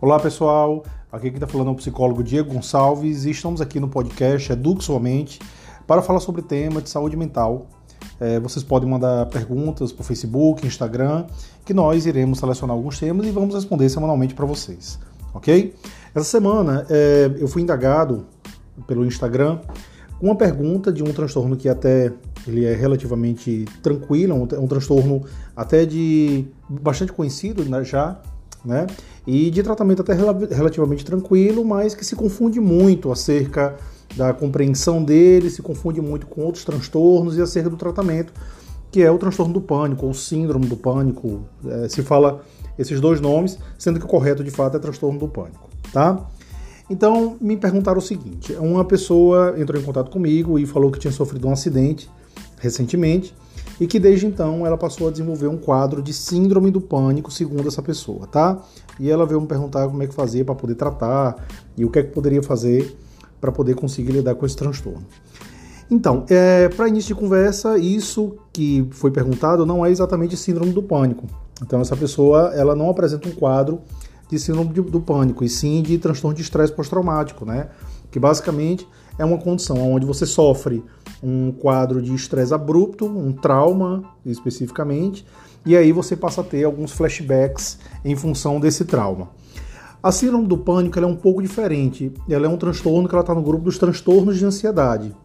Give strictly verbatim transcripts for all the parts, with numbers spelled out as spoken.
Olá pessoal, aqui quem está falando é o psicólogo Diego Gonçalves e estamos aqui no podcast Eduque Sua Mente para falar sobre tema de saúde mental. É, vocês podem mandar perguntas por Facebook, Instagram, que nós iremos selecionar alguns temas e vamos responder semanalmente para vocês, ok? Essa semana é, eu fui indagado pelo Instagram com uma pergunta de um transtorno que até ele é relativamente tranquilo, um, um transtorno até de bastante conhecido, né, já, né? E de tratamento até relativamente tranquilo, mas que se confunde muito acerca da compreensão dele, se confunde muito com outros transtornos e acerca do tratamento, que é o transtorno do pânico, ou síndrome do pânico. É, se fala esses dois nomes, sendo que o correto de fato é transtorno do pânico, tá? Então, me perguntaram o seguinte: uma pessoa entrou em contato comigo e falou que tinha sofrido um acidente recentemente e que desde então ela passou a desenvolver um quadro de síndrome do pânico, segundo essa pessoa, tá? E ela veio me perguntar como é que fazia para poder tratar e o que é que poderia fazer para poder conseguir lidar com esse transtorno. Então, é, para início de conversa, isso que foi perguntado não é exatamente síndrome do pânico. Então, essa pessoa ela não apresenta um quadro de síndrome de, do pânico, e sim de transtorno de estresse pós-traumático, né? Que basicamente é uma condição onde você sofre um quadro de estresse abrupto, um trauma especificamente, e aí você passa a ter alguns flashbacks em função desse trauma. A síndrome do pânico ela é um pouco diferente, ela é um transtorno que ela está no grupo dos transtornos de ansiedade.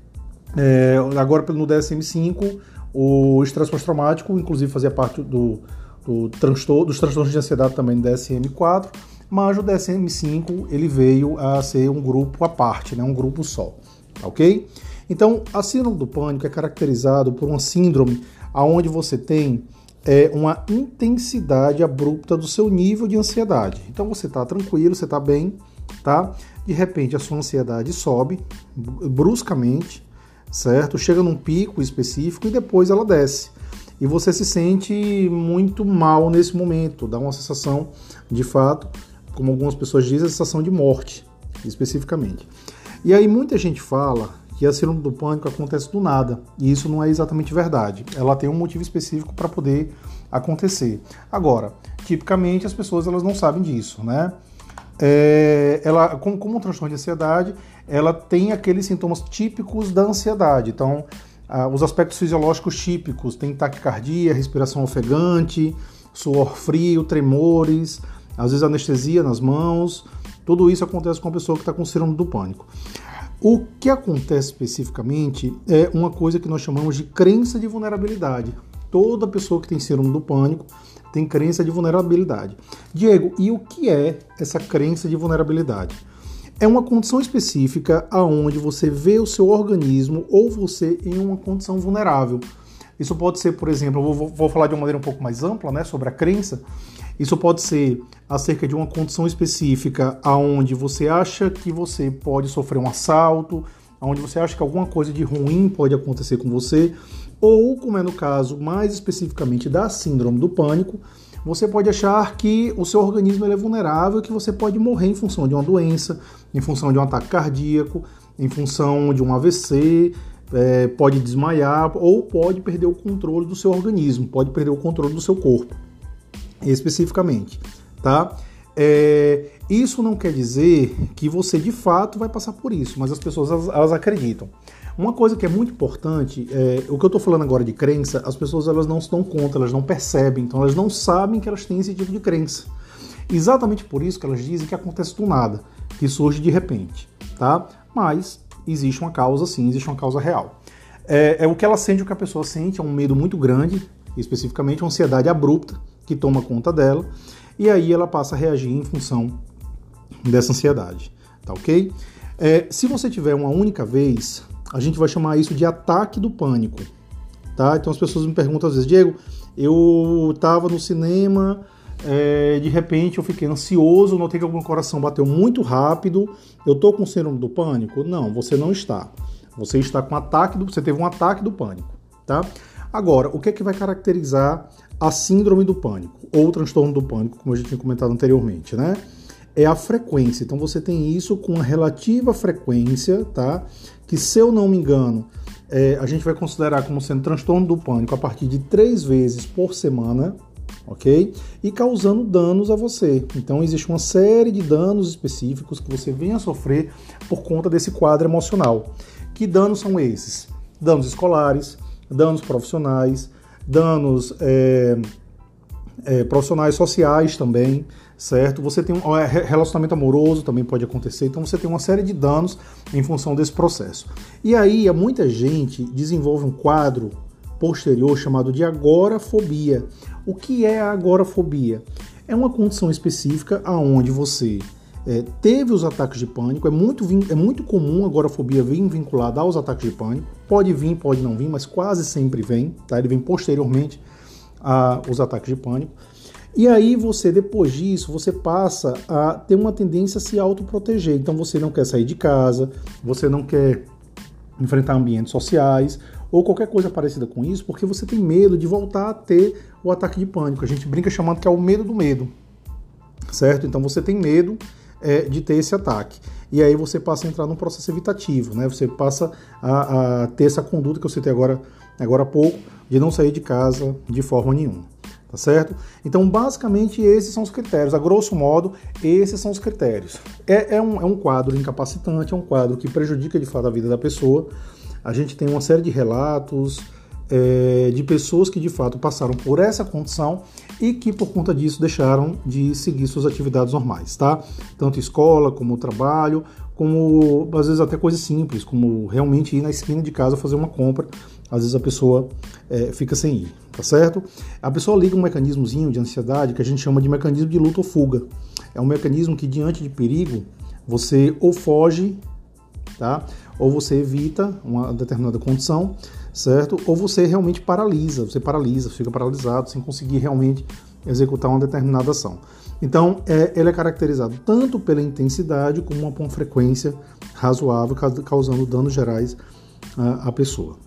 É, agora no D S M cinco, o estresse pós-traumático, inclusive fazia parte do, do transtorno, dos transtornos de ansiedade também no D S M quatro, mas o D S M cinco ele veio a ser um grupo à parte, né, um grupo só, ok? Então, a síndrome do pânico é caracterizado por uma síndrome onde você tem é, uma intensidade abrupta do seu nível de ansiedade. Então, você está tranquilo, você está bem, tá? De repente, a sua ansiedade sobe bruscamente, certo? Chega num pico específico e depois ela desce. E você se sente muito mal nesse momento, dá uma sensação, de fato, como algumas pessoas dizem, a sensação de morte, especificamente. E aí muita gente fala que a síndrome do pânico acontece do nada, e isso não é exatamente verdade. Ela tem um motivo específico para poder acontecer. Agora, tipicamente as pessoas elas não sabem disso, né? É, ela, como, como um transtorno de ansiedade, ela tem aqueles sintomas típicos da ansiedade. Então, ah, os aspectos fisiológicos típicos, tem taquicardia, respiração ofegante, suor frio, tremores, às vezes anestesia nas mãos. Tudo isso acontece com a pessoa que está com síndrome do pânico. O que acontece especificamente é uma coisa que nós chamamos de crença de vulnerabilidade. Toda pessoa que tem síndrome do pânico tem crença de vulnerabilidade. Diego, e o que é essa crença de vulnerabilidade? É uma condição específica aonde você vê o seu organismo ou você em uma condição vulnerável. Isso pode ser, por exemplo, eu vou, vou falar de uma maneira um pouco mais ampla, né, sobre a crença. Isso pode ser acerca de uma condição específica aonde você acha que você pode sofrer um assalto, aonde você acha que alguma coisa de ruim pode acontecer com você, ou, como é no caso mais especificamente da síndrome do pânico, você pode achar que o seu organismo ele é vulnerável, que você pode morrer em função de uma doença, em função de um ataque cardíaco, em função de um A V C, é, pode desmaiar ou pode perder o controle do seu organismo, pode perder o controle do seu corpo. Especificamente, tá? É, isso não quer dizer que você de fato vai passar por isso, mas as pessoas elas, elas acreditam. Uma coisa que é muito importante, é, o que eu estou falando agora de crença, as pessoas elas não se dão conta, elas não percebem, então elas não sabem que elas têm esse tipo de crença. Exatamente por isso que elas dizem que acontece do nada, que surge de repente, tá? Mas existe uma causa sim, existe uma causa real. É, é o que ela sente, o que a pessoa sente, é um medo muito grande, especificamente uma ansiedade abrupta, que toma conta dela, e aí ela passa a reagir em função dessa ansiedade, tá ok? É, se você tiver uma única vez, a gente vai chamar isso de ataque do pânico, tá? Então as pessoas me perguntam às vezes: Diego, eu estava no cinema, é, de repente eu fiquei ansioso, notei que o meu coração bateu muito rápido, eu tô com síndrome do pânico? Não, você não está. Você está com ataque do, você teve um ataque do pânico, tá? Agora, o que é que vai caracterizar a síndrome do pânico, ou o transtorno do pânico, como a gente tinha comentado anteriormente, né? É a frequência. Então você tem isso com uma relativa frequência, tá? Que, se eu não me engano, é, a gente vai considerar como sendo transtorno do pânico a partir de três vezes por semana, ok? E causando danos a você. Então existe uma série de danos específicos que você vem a sofrer por conta desse quadro emocional. Que danos são esses? Danos escolares, danos profissionais, danos é, é, profissionais sociais também, certo? Você tem um relacionamento amoroso, também pode acontecer, então você tem uma série de danos em função desse processo. E aí, muita gente desenvolve um quadro posterior chamado de agorafobia. O que é a agorafobia? É uma condição específica aonde você é, teve os ataques de pânico, é muito, é muito comum a agorafobia vir vinculada aos ataques de pânico, pode vir, pode não vir, mas quase sempre vem, tá? Ele vem posteriormente aos ataques de pânico. E aí você, depois disso, você passa a ter uma tendência a se autoproteger. Então você não quer sair de casa, você não quer enfrentar ambientes sociais ou qualquer coisa parecida com isso, porque você tem medo de voltar a ter o ataque de pânico. A gente brinca chamando que é o medo do medo, certo? Então você tem medo é, de ter esse ataque. E aí você passa a entrar num processo evitativo, né? Você passa a, a ter essa conduta que eu citei agora, agora há pouco, de não sair de casa de forma nenhuma. Tá certo? Então, basicamente, esses são os critérios. A grosso modo, esses são os critérios. É, é, um, é um quadro incapacitante, é um quadro que prejudica, de fato, a vida da pessoa. A gente tem uma série de relatos é, de pessoas que, de fato, passaram por essa condição e que, por conta disso, deixaram de seguir suas atividades normais, tá? Tanto escola, como trabalho, como, às vezes, até coisas simples, como realmente ir na esquina de casa fazer uma compra. Às vezes a pessoa é, fica sem ir, tá certo? A pessoa liga um mecanismozinho de ansiedade que a gente chama de mecanismo de luta ou fuga. É um mecanismo que, diante de perigo, você ou foge, tá? Ou você evita uma determinada condição, certo? Ou você realmente paralisa, você paralisa, fica paralisado sem conseguir realmente executar uma determinada ação. Então, é, ele é caracterizado tanto pela intensidade como uma, uma frequência razoável, causando danos gerais à, à pessoa.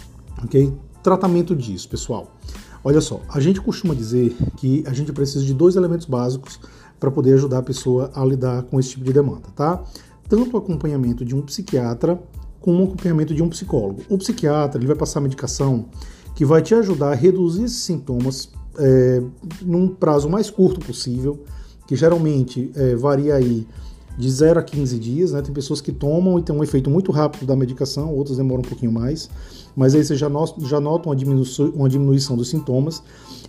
Ok? Tratamento disso, pessoal. Olha só, a gente costuma dizer que a gente precisa de dois elementos básicos para poder ajudar a pessoa a lidar com esse tipo de demanda, tá? Tanto o acompanhamento de um psiquiatra como o acompanhamento de um psicólogo. O psiquiatra ele vai passar medicação que vai te ajudar a reduzir esses sintomas é, num prazo mais curto possível, que geralmente é, varia aí de zero a quinze dias, né? Tem pessoas que tomam e tem um efeito muito rápido da medicação, outras demoram um pouquinho mais, mas aí você já, not, já nota uma diminuição, uma diminuição dos sintomas.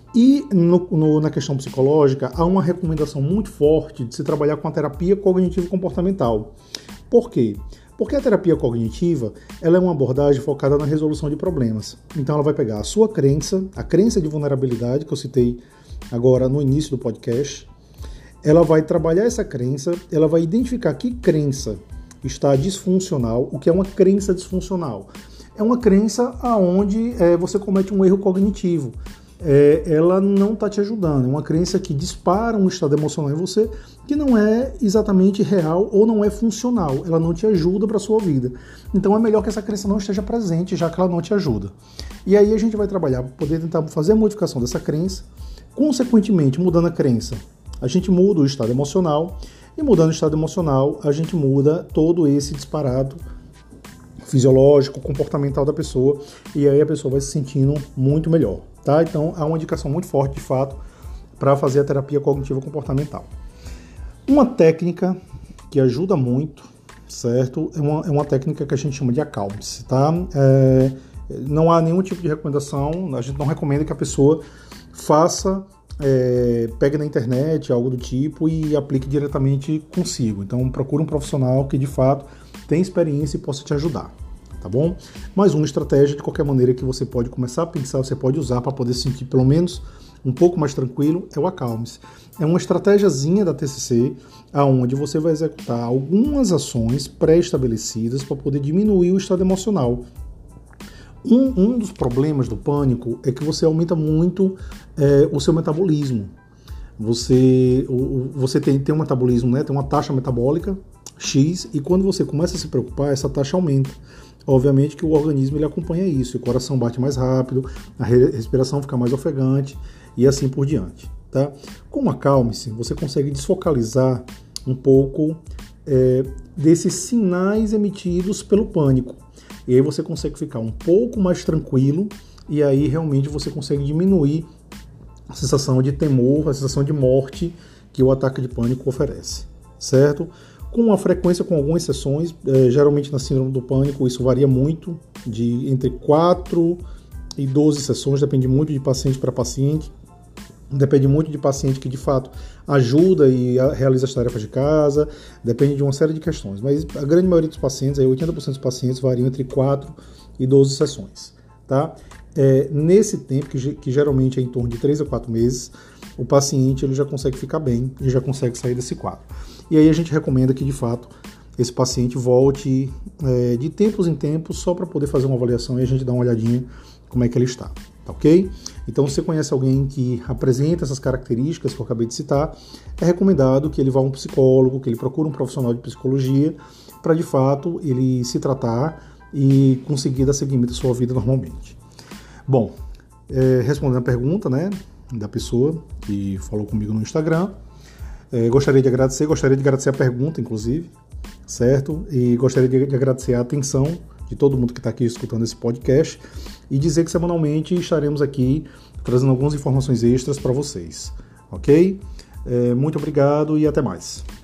E no, no, na questão psicológica, há uma recomendação muito forte de se trabalhar com a terapia cognitivo-comportamental. Por quê? Porque a terapia cognitiva ela é uma abordagem focada na resolução de problemas. Então ela vai pegar a sua crença, a crença de vulnerabilidade que eu citei agora no início do podcast, ela vai trabalhar essa crença, ela vai identificar que crença está disfuncional. O que é uma crença disfuncional? É uma crença onde é, você comete um erro cognitivo. É, ela não está te ajudando. É uma crença que dispara um estado emocional em você que não é exatamente real ou não é funcional. Ela não te ajuda para a sua vida. Então é melhor que essa crença não esteja presente, já que ela não te ajuda. E aí a gente vai trabalhar para poder tentar fazer a modificação dessa crença. Consequentemente, mudando a crença, a gente muda o estado emocional, e mudando o estado emocional, a gente muda todo esse disparado fisiológico, comportamental da pessoa, e aí a pessoa vai se sentindo muito melhor, tá? Então, há uma indicação muito forte, de fato, para fazer a terapia cognitiva comportamental. Uma técnica que ajuda muito, certo? É uma, é uma técnica que a gente chama de acalme-se, tá? É, não há nenhum tipo de recomendação, a gente não recomenda que a pessoa faça É, pegue na internet, algo do tipo, e aplique diretamente consigo. Então procure um profissional que de fato tem experiência e possa te ajudar, tá bom? Mais uma estratégia, de qualquer maneira, que você pode começar a pensar, você pode usar para poder se sentir pelo menos um pouco mais tranquilo, é o acalme-se. É uma estratégiazinha da T C C, aonde você vai executar algumas ações pré-estabelecidas para poder diminuir o estado emocional. Um, um dos problemas do pânico é que você aumenta muito é, o seu metabolismo. Você, o, você tem, tem um metabolismo, né? Tem uma taxa metabólica X, e quando você começa a se preocupar, essa taxa aumenta. Obviamente que o organismo ele acompanha isso, o coração bate mais rápido, a respiração fica mais ofegante e assim por diante. Tá? Com o acalme-se, você consegue desfocalizar um pouco é, desses sinais emitidos pelo pânico. E aí você consegue ficar um pouco mais tranquilo, e aí realmente você consegue diminuir a sensação de temor, a sensação de morte que o ataque de pânico oferece, certo? Com uma frequência, com algumas exceções, é, geralmente na síndrome do pânico isso varia muito, de entre quatro e doze sessões, depende muito de paciente para paciente, depende muito de paciente que de fato ajuda e realiza as tarefas de casa, depende de uma série de questões, mas a grande maioria dos pacientes, aí oitenta por cento dos pacientes variam entre quatro e doze sessões, tá? É, nesse tempo, que, que geralmente é em torno de três a quatro meses, o paciente ele já consegue ficar bem e já consegue sair desse quadro. E aí a gente recomenda que, de fato, esse paciente volte é, de tempos em tempos só para poder fazer uma avaliação e a gente dá uma olhadinha como é que ele está, tá ok? Então, se você conhece alguém que apresenta essas características que eu acabei de citar, é recomendado que ele vá a um psicólogo, que ele procure um profissional de psicologia para, de fato, ele se tratar e conseguir dar seguimento à sua vida normalmente. Bom, é, respondendo a pergunta, né, da pessoa que falou comigo no Instagram, é, gostaria de agradecer, gostaria de agradecer a pergunta, inclusive, certo? E gostaria de, de agradecer a atenção de todo mundo que está aqui escutando esse podcast e dizer que semanalmente estaremos aqui trazendo algumas informações extras para vocês, ok? É, muito obrigado e até mais.